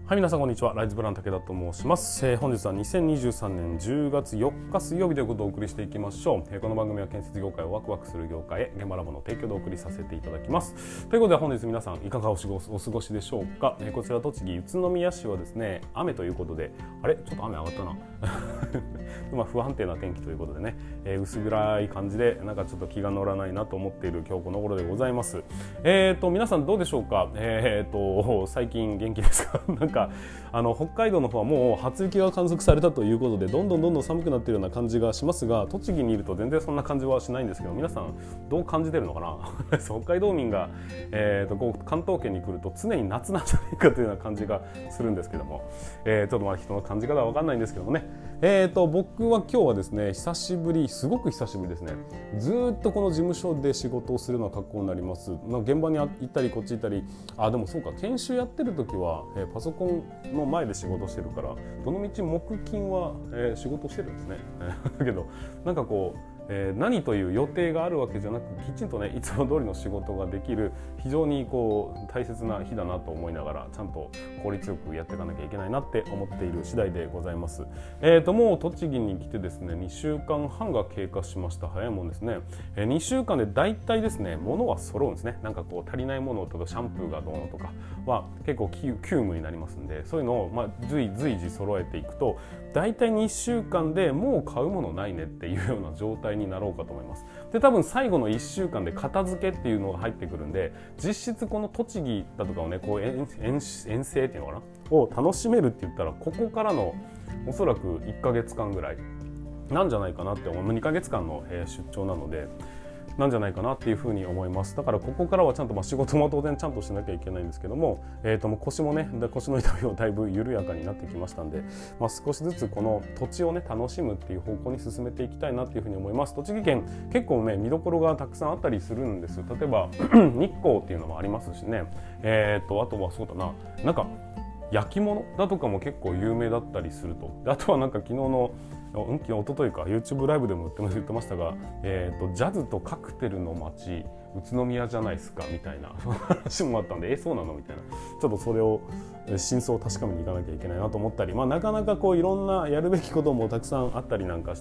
はい、皆さんこんにちは。ライズプラン武田と申します。本日は2023年10月4日水曜日ということをお送りしていきましょう。この番組は建設業界をワクワクする業界へ現場ラボの提供でお送りさせていただきます。ということで本日皆さんいかがお過ごしでしょうか。こちら栃木宇都宮市はですね、雨ということで、ちょっと雨上がったな不安定な天気ということでね、薄暗い感じでなんかちょっと気が乗らないなと思っている今日この頃でございます。皆さんどうでしょうか。最近元気ですかなんか北海道の方はもう初雪が観測されたということでどんどん寒くなっているような感じがしますが、栃木にいると全然そんな感じはしないんですけど、皆さんどう感じてるのかな北海道民が、関東圏に来ると常に夏なんじゃないかというような感じがするんですけども、ちょっと人の感じ方は分かんないんですけどもね、僕は今日はですねすごく久しぶりですね。ずっとこの事務所で仕事をするような格好になります。現場に行ったりこっち行ったり、でもそうか、研修やってる時は、パソコンの前で仕事してるからどのみち木金は、仕事してるんですねだけどなんかこう何という予定があるわけじゃなく、きちんとねいつも通りの仕事ができる非常に大切な日だなと思いながら、ちゃんと効率よくやっていかなきゃいけないなって思っている次第でございます。もう栃木に来てですね2週間半が経過しました。早いもんですね。2週間でだいたいですね物は揃うんですね。なんか足りないものとかシャンプーがどうのとかは結構急務になりますんで、そういうのを随時揃えていくとだいたい2週間でもう買うものないねっていうような状態になろうかと思います。で多分最後の1週間で片付けっていうのが入ってくるんで、実質この栃木だとかをね遠征っていうのかなを楽しめるって言ったら、ここからのおそらく1ヶ月間ぐらいなんじゃないかなって思う。2ヶ月間の出張なのでなんじゃないかなっていうふうに思います。だからここからはちゃんと仕事も当然ちゃんとしなきゃいけないんですけども、もう腰もね腰の痛みもだいぶ緩やかになってきましたんで、少しずつこの土地をね楽しむっていう方向に進めていきたいなっていうふうに思います。栃木県結構ね見どころがたくさんあったりするんです。例えば日光っていうのもありますしね、あとはそうだな、なんか焼き物だとかも結構有名だったりすると。あとはなんか昨日一昨日か YouTube ライブでも言ってましたが、ジャズとカクテルの街宇都宮じゃないですかみたいな話もあったんで、そうなのみたいな、ちょっとそれを真相を確かめに行かなきゃいけないなと思ったり、なかなかいろんなやるべきこともたくさんあったりなんかして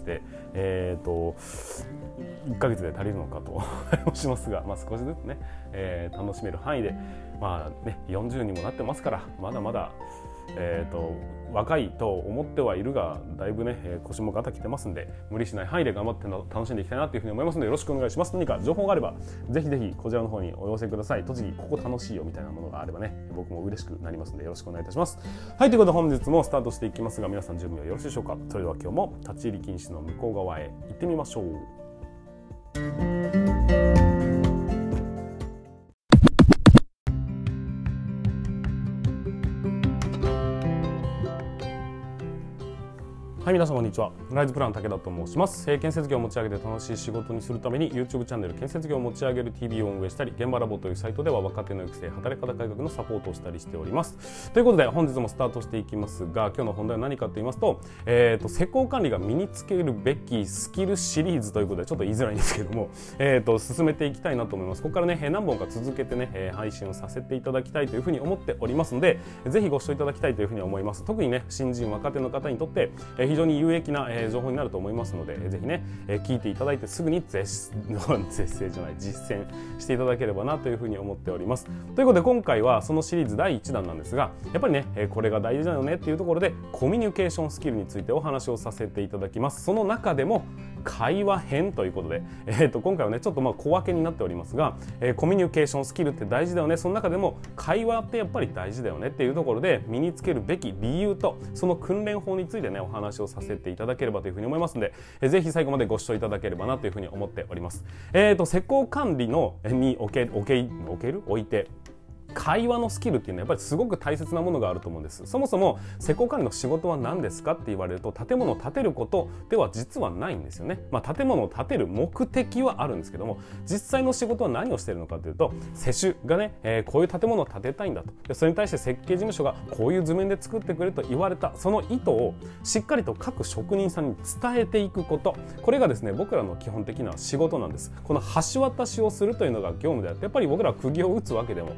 、1ヶ月で足りるのかとしますが、少しずつね、楽しめる範囲で40にもなってますから、まだまだ若いと思ってはいるがだいぶね、腰もガタきてますんで、無理しない範囲で頑張って楽しんでいきたいなというふうに思いますので、よろしくお願いします。何か情報があればぜひこちらの方にお寄せください。栃木ここ楽しいよみたいなものがあればね、僕も嬉しくなりますのでよろしくお願いいたします。はい、ということで本日もスタートしていきますが、皆さん準備はよろしいでしょうか。それでは今日も立ち入り禁止の向こう側へ行ってみましょう。はい、皆さんこんにちは。ライズプラン武田と申します。建設業を持ち上げて楽しい仕事にするために YouTube チャンネル建設業を持ち上げる TV を運営したり、現場ラボというサイトでは若手の育成、働き方改革のサポートをしたりしております。ということで本日もスタートしていきますが、今日の本題は何かと言いますと、施工管理が身につけるべきスキルシリーズということでちょっと言いづらいんですけども、進めていきたいなと思います。ここからね何本か続けてね配信をさせていただきたいというふうに思っておりますので、ぜひご視聴いただきたいというふうに思います。特にね新人若手の方にとって非常に有益な情報になると思いますので、ぜひね聞いていただいてすぐに実践していただければなというふうに思っております。ということで今回はそのシリーズ第1弾なんですが、やっぱりねこれが大事だよねっていうところでコミュニケーションスキルについてお話をさせていただきます。その中でも会話編ということで、今回はねちょっと小分けになっておりますが、コミュニケーションスキルって大事だよね、その中でも会話ってやっぱり大事だよねっていうところで身につけるべき理由とその訓練法についてねお話をさせていただければというふうに思いますので、ぜひ最後までご視聴いただければなというふうに思っております。施工管理において会話のスキルっていうのはやっぱりすごく大切なものがあると思うんです。そもそも施工管理の仕事は何ですかって言われると、建物を建てることでは実はないんですよね。建物を建てる目的はあるんですけども、実際の仕事は何をしているのかというと、施主がね、こういう建物を建てたいんだと、でそれに対して設計事務所がこういう図面で作ってくれと言われたその意図をしっかりと各職人さんに伝えていくこと、これがですね僕らの基本的な仕事なんです。この橋渡しをするというのが業務であって、やっぱり僕らは釘を打つわけでもクロス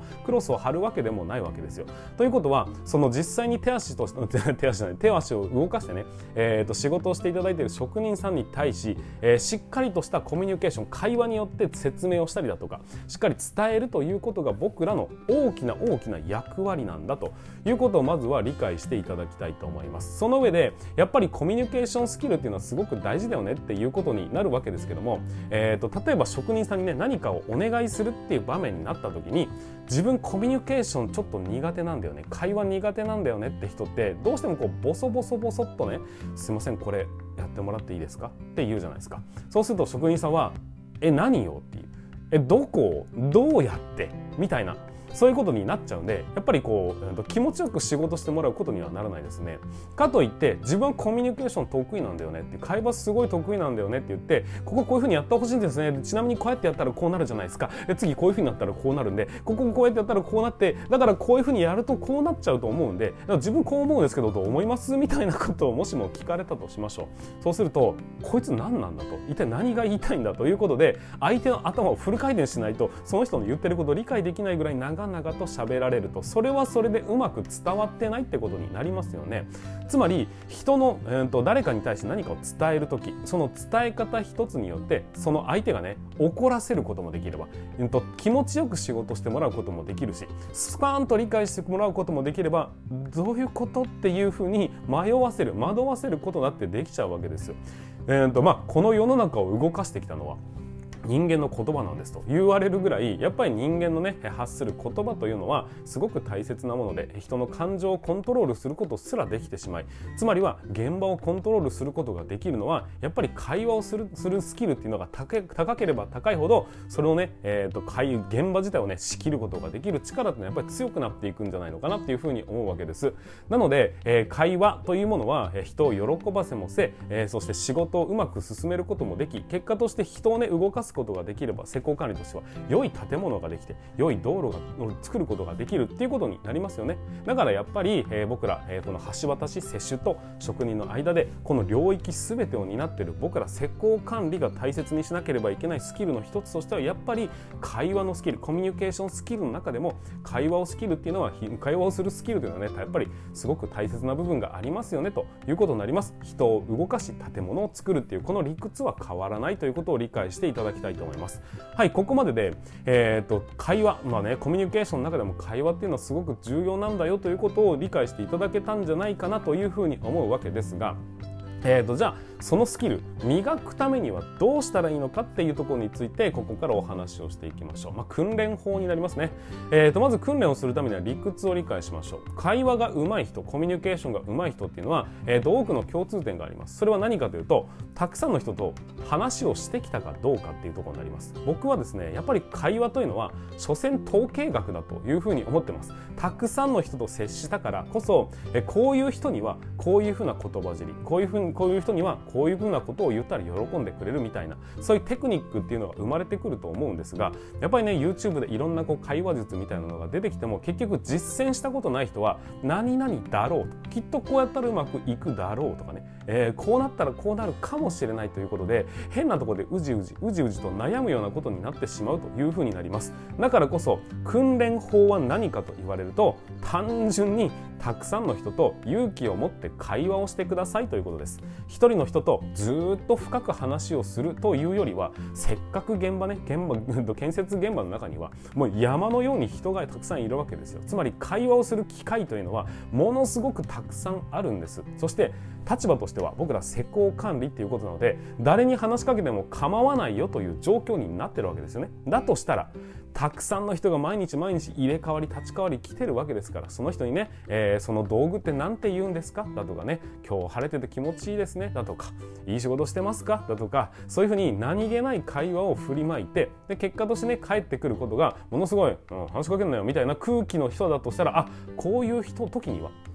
スを張るわけでもないわけですよ。ということはその実際に手足を動かしてね、仕事をしていただいている職人さんに対し、しっかりとしたコミュニケーション、会話によって説明をしたりだとか、しっかり伝えるということが僕らの大きな役割なんだということをまずは理解していただきたいと思います。その上でやっぱりコミュニケーションスキルっていうのはすごく大事だよねっていうことになるわけですけども、例えば職人さんにね何かをお願いするっていう場面になった時に、自分コミュニケーションちょっと苦手なんだよね、会話苦手なんだよねって人ってどうしてもこうボソボソっとね、すいませんこれやってもらっていいですかって言うじゃないですか。そうすると職人さんは何よっていう、どこどうやってみたいな、そういうことになっちゃうんで、やっぱりこう気持ちよく仕事してもらうことにはならないですね。かといって自分はコミュニケーション得意なんだよねっていう、会話すごい得意なんだよねって言って、こういうふうにやってほしいんですね、ちなみにこうやってやったらこうなるじゃないですか、次こういうふうになったらこうなるんで、こうやってやったらこうなって、だからこういうふうにやるとこうなっちゃうと思うんで、だから自分こう思うんですけどどう思いますみたいなことをもしも聞かれたとしましょう。そうするとこいつ何なんだと、一体何が言いたいんだということで、相手の頭をフル回転しないとその人の言ってることを理解できないぐらい長々と喋られると、それはそれでうまく伝わってないってことになりますよね。つまり人の、誰かに対して何かを伝えるとき、その伝え方一つによってその相手がね怒らせることもできれば、気持ちよく仕事してもらうこともできるし、スパーンと理解してもらうこともできれば、どういうことっていうふうに惑わせることだってできちゃうわけですよ。この世の中を動かしてきたのは人間の言葉なんですと言われるぐらい、やっぱり人間のね発する言葉というのはすごく大切なもので、人の感情をコントロールすることすらできてしまい、つまりは現場をコントロールすることができるのはやっぱり会話をするスキルっていうのが高ければ高いほど、それをね、現場自体をね仕切ることができる力っていうのはやっぱり強くなっていくんじゃないのかなっていうふうに思うわけです。なので、会話というものは人を喜ばせもせ、そして仕事をうまく進めることもでき、結果として人をね動かすことができれば、施工管理としては良い建物ができて良い道路を作ることができるっていうことになりますよね。だからやっぱり、僕ら、この橋渡し接種と職人の間でこの領域全てを担っている僕ら施工管理が大切にしなければいけないスキルの一つとしては、やっぱり会話のスキル、コミュニケーションスキルの中でも会話をするスキルというのはね、やっぱりすごく大切な部分がありますよねということになります。人を動かし建物を作るっていうこの理屈は変わらないということを理解していただきたいと思います。はい、ここまでで、会話、コミュニケーションの中でも会話っていうのはすごく重要なんだよということを理解していただけたんじゃないかなというふうに思うわけですが、じゃあそのスキル磨くためにはどうしたらいいのかっていうところについてここからお話をしていきましょう。訓練法になりますね。まず訓練をするためには理屈を理解しましょう。会話が上手い人、コミュニケーションが上手い人っていうのは、多くの共通点があります。それは何かというと、たくさんの人と話をしてきたかどうかっていうところになります。僕はですね、やっぱり会話というのは所詮統計学だというふうに思ってます。たくさんの人と接したからこそ、こういう人にはこういうふうな言葉尻、こういう人にはこういうふうなことを言ったら喜んでくれるみたいな、そういうテクニックっていうのが生まれてくると思うんですが、やっぱりね YouTube でいろんな会話術みたいなのが出てきても、結局実践したことない人は何々だろうと、きっとこうやったらうまくいくだろうとかね、こうなったらこうなるかもしれないということで、変なところでうじうじと悩むようなことになってしまうというふうになります。だからこそ訓練法は何かと言われると、単純にたくさんの人と勇気を持って会話をしてくださいということです。一人の人とずっと深く話をするというよりは、せっかく建設現場の中にはもう山のように人がたくさんいるわけですよ。つまり会話をする機会というのはものすごくたくさんあるんです。そして立場としては僕ら施工管理っていうことなので、誰に話しかけても構わないよという状況になってるわけですよね。だとしたらたくさんの人が毎日入れ替わり立ち替わり来てるわけですから、その人にね、その道具って何て言うんですかだとかね、今日晴れてて気持ちいいですねだとか、いい仕事してますかだとか、そういうふうに何気ない会話を振りまいて、で結果としてね返ってくることがものすごい、話しかけんなよみたいな空気の人だとしたら、こういう時には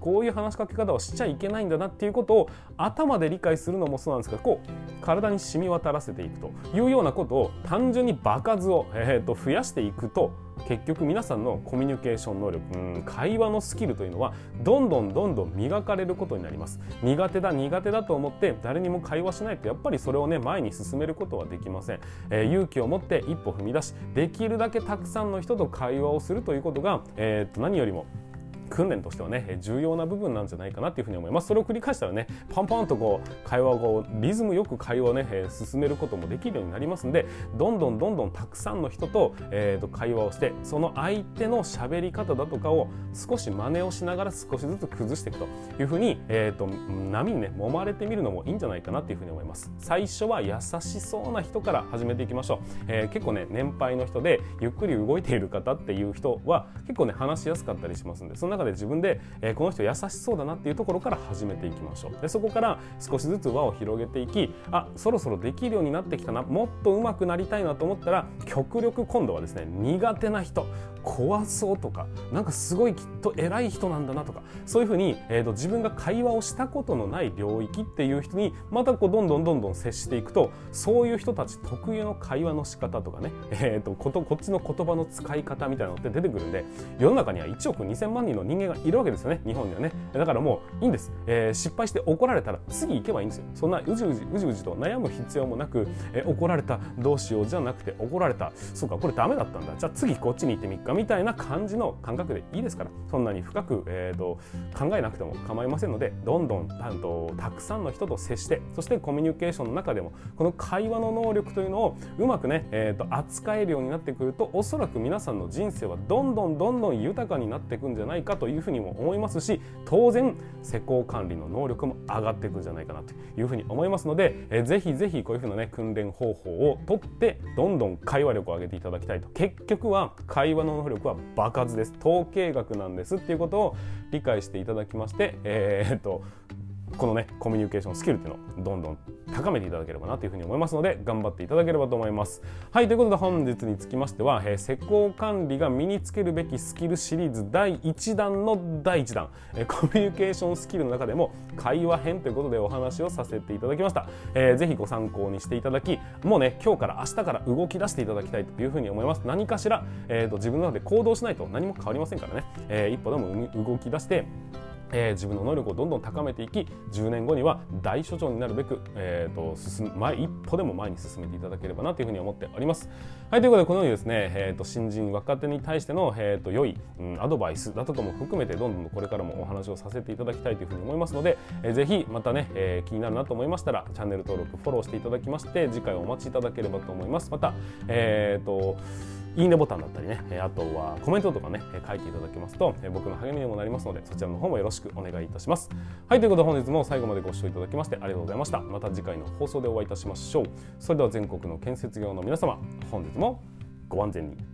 こういう話しかけ方をしちゃいけないんだなっていうことを頭で理解するのもそうなんですけど、こう体に染み渡らせていくというようなことを単純に場数を、増やしていくと、結局皆さんのコミュニケーション能力、会話のスキルというのはどんどん磨かれることになります。苦手だと思って誰にも会話しないと、やっぱりそれをね前に進めることはできません。勇気を持って一歩踏み出し、できるだけたくさんの人と会話をするということが、何よりも訓練としてはね重要な部分なんじゃないかなというふうに思います。それを繰り返したらね、パンパンとこう会話をリズムよく会話をね進めることもできるようになりますので、どんどんたくさんの人と、会話をして、その相手の喋り方だとかを少し真似をしながら少しずつ崩していくというふうに、波にね揉まれてみるのもいいんじゃないかなというふうに思います。最初は優しそうな人から始めていきましょう。結構ね年配の人でゆっくり動いている方っていう人は結構ね話しやすかったりしますので、その中で自分で、この人優しそうだなっていうところから始めていきましょう。でそこから少しずつ輪を広げていき、そろそろできるようになってきたな、もっと上手くなりたいなと思ったら、極力今度はですね、苦手な人、怖そうとか、なんかすごいきっと偉い人なんだなとか、そういうふうに、自分が会話をしたことのない領域っていう人にまたこうどんどん接していくと、そういう人たち特有の会話の仕方とかね、こっちの言葉の使い方みたいなのって出てくるんで、世の中には1億2000万人の人間がいるわけですよね、日本にはね。だからもういいんです。失敗して怒られたら次行けばいいんですよ。そんなうじうじと悩む必要もなく、怒られたどうしようじゃなくて、怒られたそうかこれダメだったんだ、じゃあ次こっちに行ってみっかみたいな感じの感覚でいいですから、そんなに深く、考えなくても構いませんので、どんどんたくさんの人と接して、そしてコミュニケーションの中でもこの会話の能力というのをうまくね、扱えるようになってくると、おそらく皆さんの人生はどんどん豊かになっていくんじゃないかというふうにも思いますし、当然施工管理の能力も上がっていくんじゃないかなというふうに思いますので、ぜひこういうふうなね訓練方法をとってどんどん会話力を上げていただきたいと。結局は会話の能力は場数です、統計学なんですっていうことを理解していただきまして、このねコミュニケーションスキルっていうのをどんどん高めていただければなというふうに思いますので、頑張っていただければと思います。はい、ということで本日につきましては、施工管理が身につけるべきスキルシリーズ第1弾の第1弾、コミュニケーションスキルの中でも会話編ということでお話をさせていただきました。ぜひご参考にしていただき、もうね今日から明日から動き出していただきたいというふうに思います。何かしら、自分の中で行動しないと何も変わりませんからね、一歩でも動き出して自分の能力をどんどん高めていき、10年後には大所長になるべく、一歩でも前に進めていただければなというふうに思っております。はい、ということでこのようにですね、新人若手に対しての、良い、アドバイスだとかも含めてどんどんこれからもお話をさせていただきたいというふうに思いますので、ぜひまたね、気になるなと思いましたらチャンネル登録フォローしていただきまして、次回お待ちいただければと思います。またいいねボタンだったりね、あとはコメントとかね書いていただけますと僕の励みにもなりますので、そちらの方もよろしくお願いいたします。はい、ということで本日も最後までご視聴いただきましてありがとうございました。また次回の放送でお会いいたしましょう。それでは全国の建設業の皆様、本日もご安全に。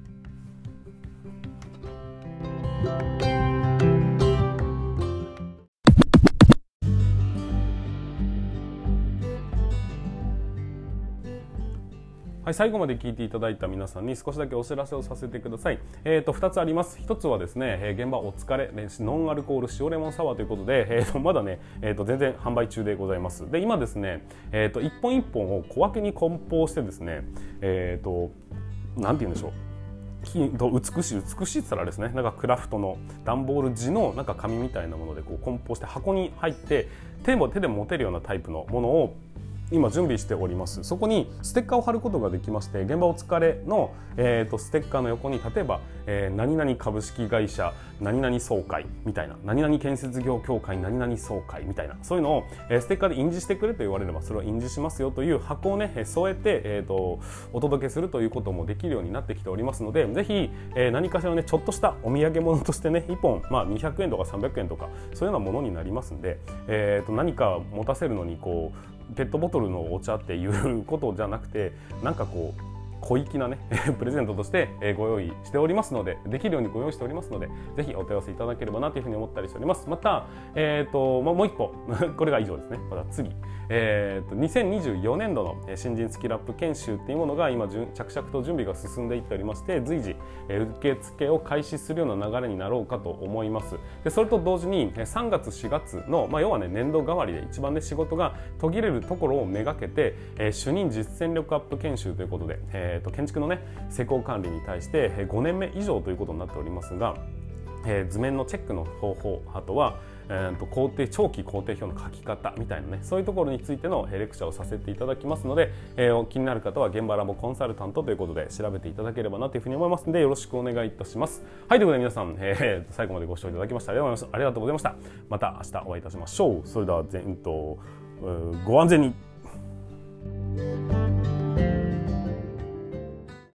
はい、最後まで聞いていただいた皆さんに少しだけお知らせをさせてください。2つあります。1つはですね、現場お疲れノンアルコール塩レモンサワーということで、まだね、全然販売中でございます。で今ですね、一本一本を小分けに梱包してですね、なんて言うんでしょう、美しいって言ったらですね、なんかクラフトの段ボール地のなんか紙みたいなものでこう梱包して箱に入って手で持てるようなタイプのものを今準備しております。そこにステッカーを貼ることができまして、現場お疲れの、ステッカーの横に例えば、何々株式会社何々総会みたいな、何々建設業協会何々総会みたいな、そういうのを、ステッカーで印字してくれと言われればそれを印字しますよという箱をね添えて、お届けするということもできるようになってきておりますので、ぜひ、何かしらねちょっとしたお土産物としてね1本、200円とか300円とかそういうようなものになりますんで、何か持たせるのにこうペットボトルのお茶っていうことじゃなくて、なんかこう小粋なねプレゼントとしてご用意しておりますので、できるようにご用意しておりますので、ぜひお問い合わせいただければなというふうに思ったりしております。また、もう一歩これが以上ですね。また次、2024年度の新人スキルアップ研修っていうものが今着々と準備が進んでいっておりまして、随時受付を開始するような流れになろうかと思います。でそれと同時に3月4月の、要はね年度代わりで一番ね仕事が途切れるところをめがけて、主任実践力アップ研修ということで、建築のね施工管理に対して5年目以上ということになっておりますが、図面のチェックの方法、あとは長期工程表の書き方みたいなね、そういうところについてのレクチャーをさせていただきますので、気になる方は現場ラボコンサルタントということで調べていただければなというふうに思いますので、よろしくお願いいたします。はい、ということで皆さん、最後までご視聴いただきましてありがとうございました。また明日お会いいたしましょう。それではご安全に。